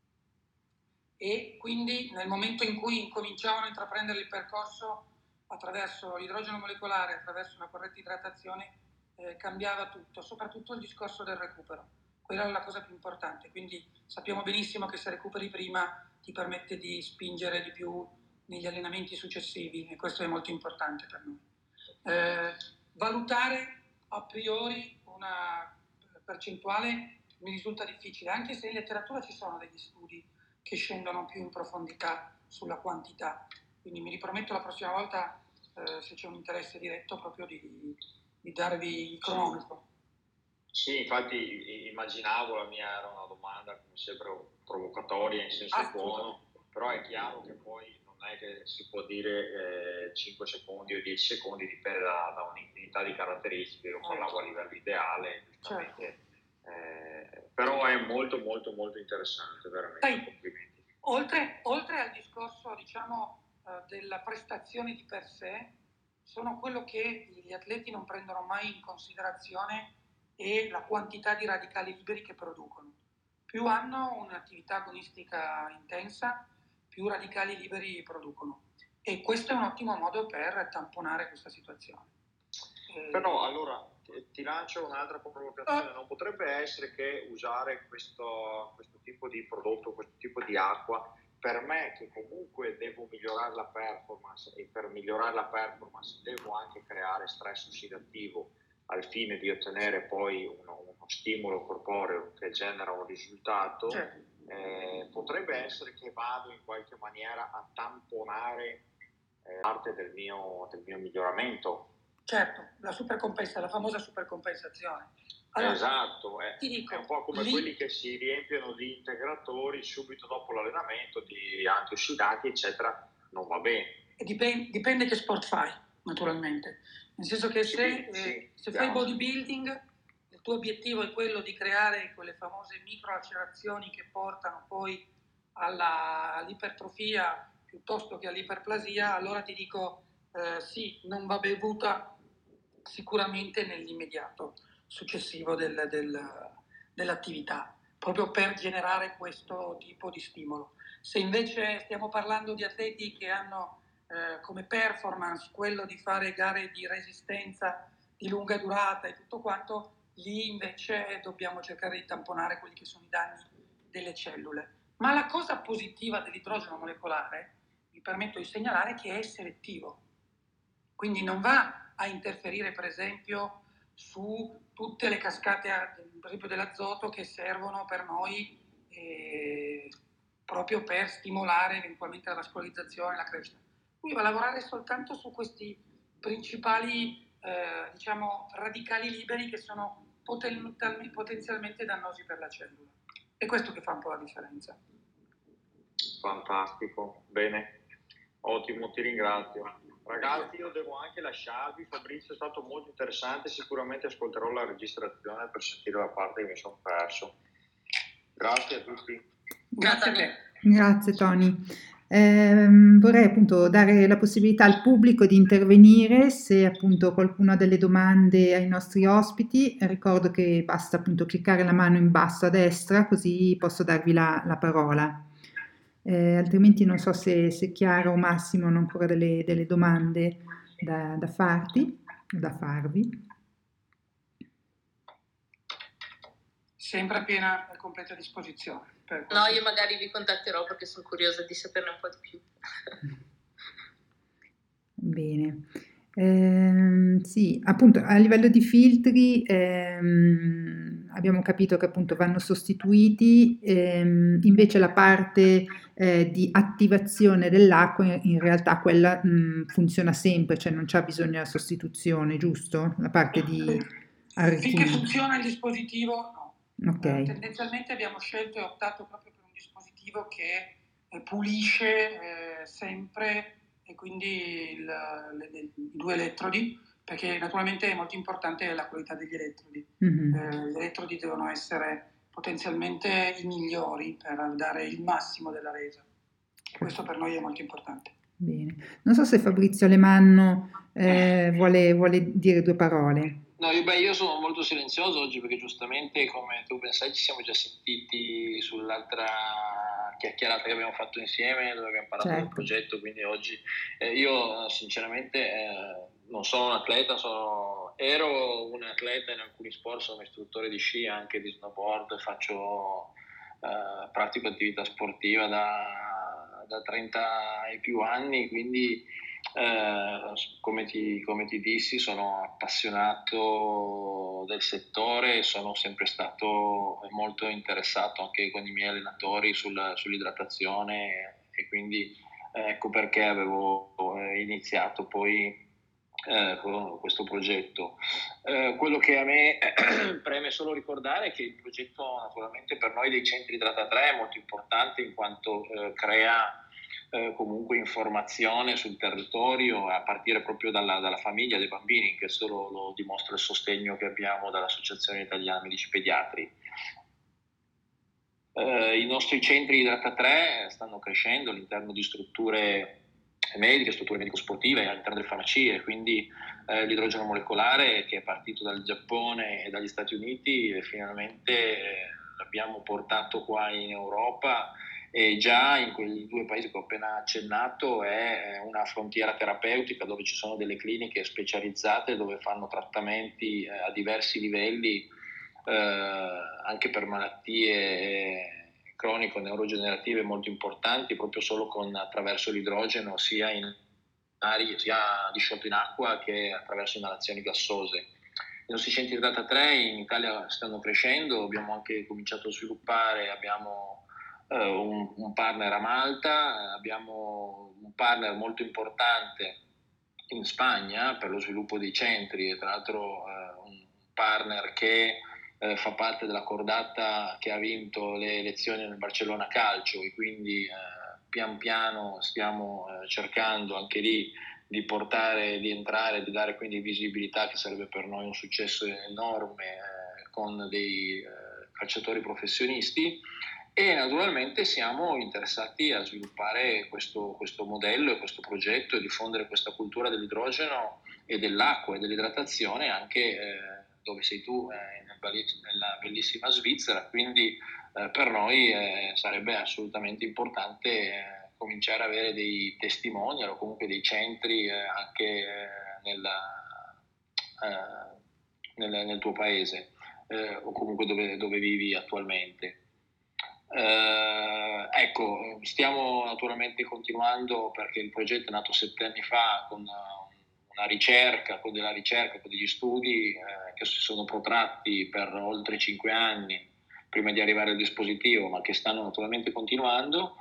e quindi nel momento in cui incominciavano a intraprendere il percorso attraverso l'idrogeno molecolare, attraverso una corretta idratazione, eh, cambiava tutto, soprattutto il discorso del recupero. Quella è la cosa più importante, quindi sappiamo benissimo che se recuperi prima ti permette di spingere di più negli allenamenti successivi, e questo è molto importante per noi. Eh, valutare a priori una percentuale mi risulta difficile, anche se in letteratura ci sono degli studi che scendono più in profondità sulla quantità. quindi mi riprometto la prossima volta, eh, se c'è un interesse diretto, proprio di, di darvi il cronometro. Sì, infatti immaginavo, la mia era una domanda come sempre provocatoria in senso Ah, buono, però è chiaro che poi non è che si può dire eh, cinque secondi o dieci secondi, dipende da, da un'infinità di caratteristiche. Io parlavo a livello ideale, giustamente, certo. eh, però è molto molto molto interessante, veramente. Sai, complimenti. Oltre, oltre al discorso, diciamo, eh, della prestazione di per sé, sono quello che gli atleti non prendono mai in considerazione e la quantità di radicali liberi che producono. Più hanno un'attività agonistica intensa, più radicali liberi producono. E questo è un ottimo modo per tamponare questa situazione. Però allora ti lancio un'altra provocazione: non potrebbe essere che usare questo, questo tipo di prodotto, questo tipo di acqua, per me che comunque devo migliorare la performance, e per migliorare la performance devo anche creare stress ossidativo al fine di ottenere poi uno, uno stimolo corporeo che genera un risultato, certo. eh, potrebbe essere che vado in qualche maniera a tamponare eh, parte del mio, del mio miglioramento. Certo, la supercompensa, la famosa supercompensazione. Allora, esatto, è, ti dico, è un po' come lì... quelli che si riempiono di integratori subito dopo l'allenamento, di antiossidanti, eccetera, non va bene. E dipende, dipende che sport fai, naturalmente. Nel senso che sì, se, sì, eh, se fai bodybuilding, il tuo obiettivo è quello di creare quelle famose microlacerazioni che portano poi alla, all'ipertrofia piuttosto che all'iperplasia, allora ti dico eh, sì, non va bevuta sicuramente nell'immediato successivo del, del, dell'attività, proprio per generare questo tipo di stimolo. Se invece stiamo parlando di atleti che hanno eh, come performance quello di fare gare di resistenza di lunga durata e tutto quanto, lì invece dobbiamo cercare di tamponare quelli che sono i danni delle cellule. Ma la cosa positiva dell'idrogeno molecolare, mi permetto di segnalare, che è selettivo. Quindi non va a interferire, per esempio, su tutte le cascate, per esempio, dell'azoto che servono per noi eh, proprio per stimolare eventualmente la vascolarizzazione e la crescita. Quindi va a lavorare soltanto su questi principali eh, diciamo, radicali liberi che sono poten- potenzialmente dannosi per la cellula. È questo che fa un po' la differenza. Fantastico, bene, ottimo, ti ringrazio. Ragazzi, io devo anche lasciarvi. Fabrizio, è stato molto interessante, sicuramente ascolterò la registrazione per sentire la parte che mi sono perso. Grazie a tutti. Grazie a te. Grazie Tony. Eh, vorrei appunto dare la possibilità al pubblico di intervenire se appunto qualcuno ha delle domande ai nostri ospiti. Ricordo che basta appunto cliccare la mano in basso a destra, così posso darvi la, la parola. Eh, altrimenti non so se, se Chiara o Massimo hanno ancora delle, delle domande da, da farti, da farvi. Sempre a piena e completa disposizione. No, io magari vi contatterò perché sono curiosa di saperne un po' di più. Bene. Eh, sì, appunto a livello di filtri ehm, abbiamo capito che appunto vanno sostituiti, ehm, invece la parte eh, di attivazione dell'acqua in, in realtà quella mh, funziona sempre, cioè non c'è bisogno della sostituzione, giusto? La parte di finché funziona il dispositivo no. Okay. Eh, tendenzialmente abbiamo scelto e optato proprio per un dispositivo che eh, pulisce eh, sempre e quindi il, le, le, i due elettrodi, perché naturalmente è molto importante la qualità degli elettrodi. Mm-hmm. Eh, gli elettrodi devono essere potenzialmente i migliori per dare il massimo della resa. E questo per noi è molto importante. Bene. Non so se Fabrizio Alemanno eh, vuole, vuole dire due parole. No, io, beh, io sono molto silenzioso oggi perché giustamente, come tu ben sai, ci siamo già sentiti sull'altra chiacchierata che abbiamo fatto insieme, dove abbiamo parlato certo. del progetto, quindi oggi eh, io sinceramente eh, non sono un atleta, sono, ero un atleta in alcuni sport, sono istruttore di sci, anche di snowboard, faccio, eh, pratico attività sportiva da, da trenta e più anni, quindi Eh, come, ti, come ti dissi, sono appassionato del settore e sono sempre stato molto interessato anche con i miei allenatori sul, sull'idratazione e quindi ecco perché avevo eh, iniziato poi eh, con questo progetto. Eh, quello che a me preme solo ricordare è che il progetto naturalmente per noi dei centri Idrata tre è molto importante in quanto eh, crea eh, comunque informazione sul territorio a partire proprio dalla, dalla famiglia dei bambini, che solo lo dimostra il sostegno che abbiamo dall'Associazione Italiana Medici Pediatri. Eh, I nostri centri Idrata tre stanno crescendo all'interno di strutture mediche, strutture medico-sportive, all'interno delle farmacie, quindi eh, l'idrogeno molecolare che è partito dal Giappone e dagli Stati Uniti e finalmente eh, l'abbiamo portato qua in Europa e già in quei due paesi che ho appena accennato è una frontiera terapeutica dove ci sono delle cliniche specializzate dove fanno trattamenti eh, a diversi livelli eh, anche per malattie cronico-neurogenerative molto importanti proprio solo con attraverso l'idrogeno sia in aria, sia disciolto in acqua che attraverso inalazioni gassose. I nostri centri Idrata tre in Italia stanno crescendo, abbiamo anche cominciato a sviluppare, abbiamo uh, un, un partner a Malta, abbiamo un partner molto importante in Spagna per lo sviluppo dei centri e tra l'altro uh, un partner che Eh, fa parte della cordata che ha vinto le elezioni nel Barcellona Calcio e quindi eh, pian piano stiamo eh, cercando anche lì di portare, di entrare, di dare quindi visibilità che sarebbe per noi un successo enorme eh, con dei eh, calciatori professionisti e naturalmente siamo interessati a sviluppare questo, questo modello e questo progetto e diffondere questa cultura dell'idrogeno e dell'acqua e dell'idratazione anche eh, dove sei tu, eh, nella bellissima Svizzera, quindi eh, per noi eh, sarebbe assolutamente importante eh, cominciare ad avere dei testimonial o comunque dei centri eh, anche eh, nella, eh, nel, nel tuo paese eh, o comunque dove, dove vivi attualmente. Eh, ecco, stiamo naturalmente continuando perché il progetto è nato sette anni fa con una ricerca, con della ricerca, con degli studi eh, che si sono protratti per oltre cinque anni prima di arrivare al dispositivo, ma che stanno naturalmente continuando.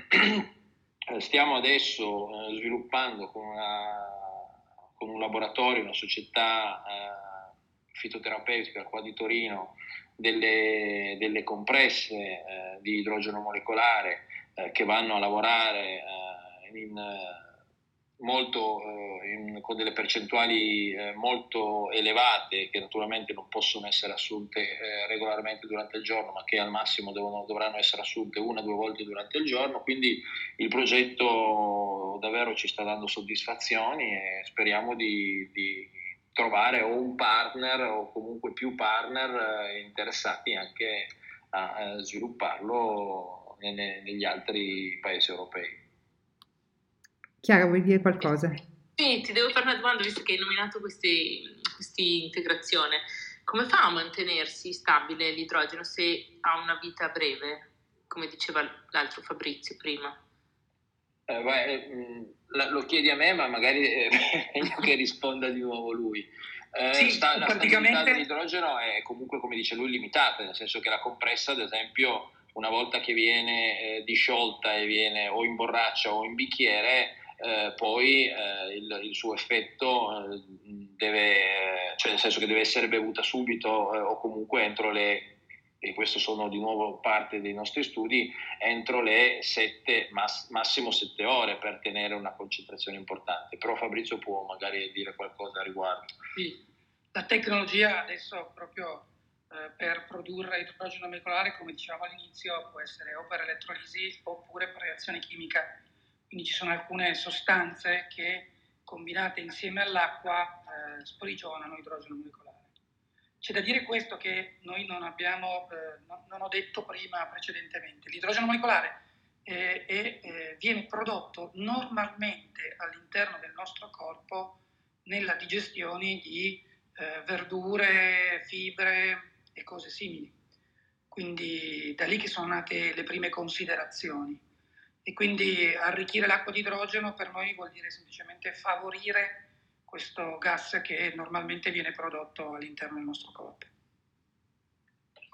Stiamo adesso eh, sviluppando con, una, con un laboratorio, una società eh, fitoterapeutica qua di Torino, delle, delle compresse eh, di idrogeno molecolare eh, che vanno a lavorare eh, in molto, eh, in, con delle percentuali eh, molto elevate che naturalmente non possono essere assunte eh, regolarmente durante il giorno ma che al massimo devono, dovranno essere assunte una o due volte durante il giorno, quindi il progetto davvero ci sta dando soddisfazioni e speriamo di, di trovare o un partner o comunque più partner eh, interessati anche a, a svilupparlo nelle, negli altri paesi europei. Chiara, vuoi dire qualcosa? Sì, ti devo fare una domanda, visto che hai nominato questi, questi integrazione. Come fa a mantenersi stabile l'idrogeno se ha una vita breve, come diceva l'altro Fabrizio prima? Eh, beh, lo chiedi a me, ma magari è meglio che risponda di nuovo lui. Eh, sì, sta, la praticamente... stabilità dell'idrogeno è comunque, come dice lui, limitata, nel senso che la compressa, ad esempio, una volta che viene eh, disciolta e viene o in borraccia o in bicchiere, Eh, poi eh, il, il suo effetto eh, deve, cioè nel senso che deve essere bevuta subito eh, o comunque entro le, e questo sono di nuovo parte dei nostri studi, entro le sette, mass, massimo sette ore per tenere una concentrazione importante. Però Fabrizio può magari dire qualcosa a riguardo. Sì, la tecnologia adesso proprio eh, per produrre idrogeno molecolare, come dicevamo all'inizio, può essere o per elettrolisi oppure per reazione chimica. Quindi ci sono alcune sostanze che combinate insieme all'acqua eh, sprigionano idrogeno molecolare. C'è da dire questo che noi non abbiamo, eh, no, non ho detto prima precedentemente. L'idrogeno molecolare eh, è, eh, viene prodotto normalmente all'interno del nostro corpo nella digestione di eh, verdure, fibre e cose simili. Quindi da lì che sono nate le prime considerazioni. E quindi arricchire l'acqua di idrogeno per noi vuol dire semplicemente favorire questo gas che normalmente viene prodotto all'interno del nostro corpo.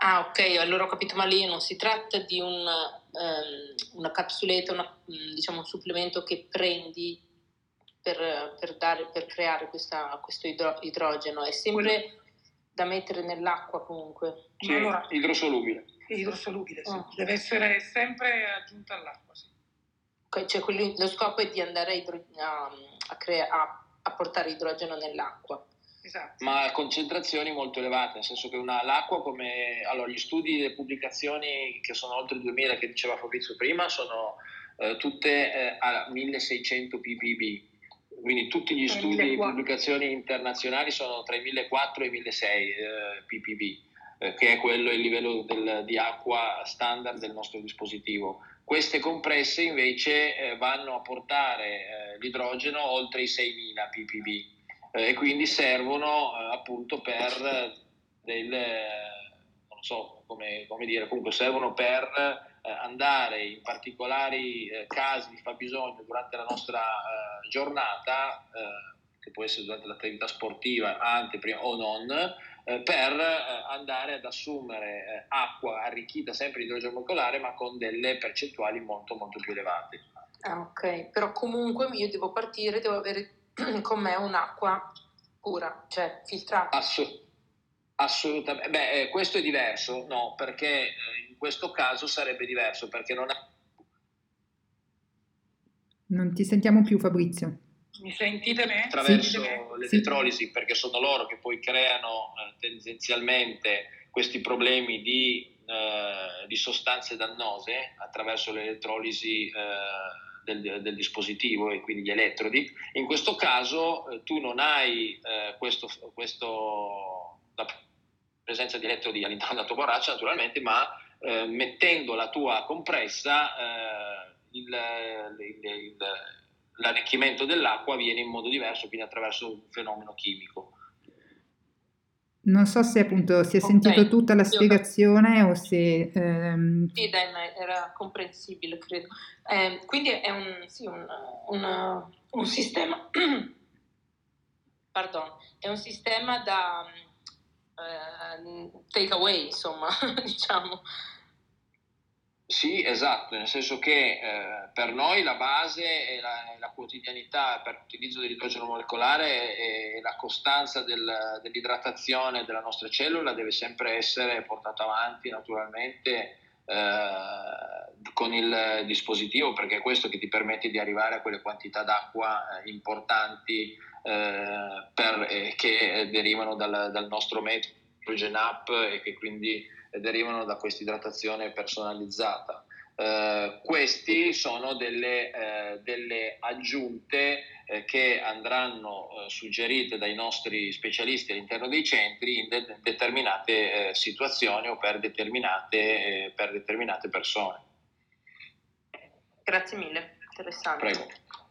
Ah, ok, allora ho capito male, non si tratta di un, um, una capsuletta, una, diciamo un supplemento che prendi per, per, dare, per creare questa, questo idro, idrogeno, è sempre Quello. da mettere nell'acqua comunque. Sì, allora, idrosolubile. Idrosolubile, sì. Oh. Deve essere sempre aggiunta all'acqua, sì. Okay, cioè quello, lo scopo è di andare a, idro, a, a, crea, a, a portare idrogeno nell'acqua. Esatto. Ma a concentrazioni molto elevate, nel senso che una, l'acqua come... Allora, gli studi, le pubblicazioni che sono oltre duemila che diceva Fabrizio prima sono eh, tutte eh, a milleseicento ppb, quindi tutti gli studi e pubblicazioni internazionali sono tra i millequattrocento e i milleseicento eh, ppb, eh, che è quello il livello del, di acqua standard del nostro dispositivo. Queste compresse invece eh, vanno a portare eh, l'idrogeno oltre i seimila ppb. E quindi servono eh, appunto per del, non so come, come dire, comunque servono per eh, andare in particolari eh, casi di fabbisogno durante la nostra eh, giornata, eh, che può essere durante l'attività sportiva, anche prima o non, eh, per eh, andare ad assumere eh, acqua arricchita sempre di idrogeno molecolare, ma con delle percentuali molto molto più elevate. Ah, ok, però comunque io devo partire, devo avere con me un'acqua pura, cioè filtrata. Assu- assolutamente. Beh, eh, questo è diverso, no, perché eh, in questo caso sarebbe diverso, perché non ha... Non ti sentiamo più, Fabrizio. Mi sentite me? Attraverso sì. l'elettrolisi, sì. Perché sono loro che poi creano eh, tendenzialmente questi problemi di, eh, di sostanze dannose attraverso l'elettrolisi eh, Del, del dispositivo e quindi gli elettrodi. In questo caso eh, tu non hai eh, questo, questo, la presenza di elettrodi all'interno della tua borraccia naturalmente, ma eh, mettendo la tua compressa eh, il, il, il, l'arricchimento dell'acqua avviene in modo diverso, quindi attraverso un fenomeno chimico. Non so se appunto si è okay. sentito tutta la spiegazione Io... o se... Ehm... Sì, dai, era comprensibile, credo. Eh, quindi è un, sì, un, un, un sistema... Pardon, è un sistema da eh, take away, insomma, diciamo. Sì, esatto, nel senso che eh, per noi la base e la, la quotidianità per l'utilizzo dell'idrogeno molecolare e la costanza del, dell'idratazione della nostra cellula deve sempre essere portata avanti naturalmente eh, con il dispositivo, perché è questo che ti permette di arrivare a quelle quantità d'acqua eh, importanti eh, per, eh, che derivano dal, dal nostro metodo Hydrogen Up e che quindi derivano da questa idratazione personalizzata. Eh, questi sono delle, eh, delle aggiunte eh, che andranno eh, suggerite dai nostri specialisti all'interno dei centri in de- determinate eh, situazioni o per determinate, eh, per determinate persone. Grazie mille, interessante. Prego.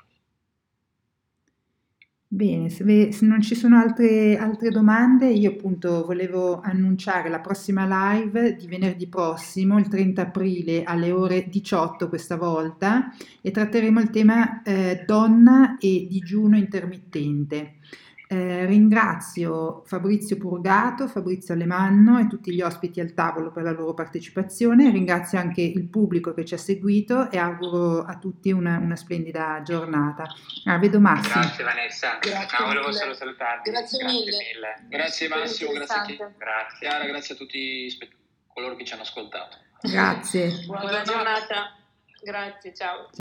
Bene, se, ve, se non ci sono altre, altre domande, io appunto volevo annunciare la prossima live di venerdì prossimo, il trenta aprile alle ore diciotto questa volta, e tratteremo il tema eh, donna e digiuno intermittente. Eh, ringrazio Fabrizio Purgato, Fabrizio Alemanno e tutti gli ospiti al tavolo per la loro partecipazione, ringrazio anche il pubblico che ci ha seguito e auguro a tutti una, una splendida giornata. Ah, vedo Massimo. Grazie Vanessa, grazie no, volevo solo salutarti. Grazie, grazie mille. mille. Grazie Massimo, grazie a chi... Grazie. Chiara, grazie a tutti coloro che ci hanno ascoltato. Grazie. Buona, Buona giornata. Grazie, ciao.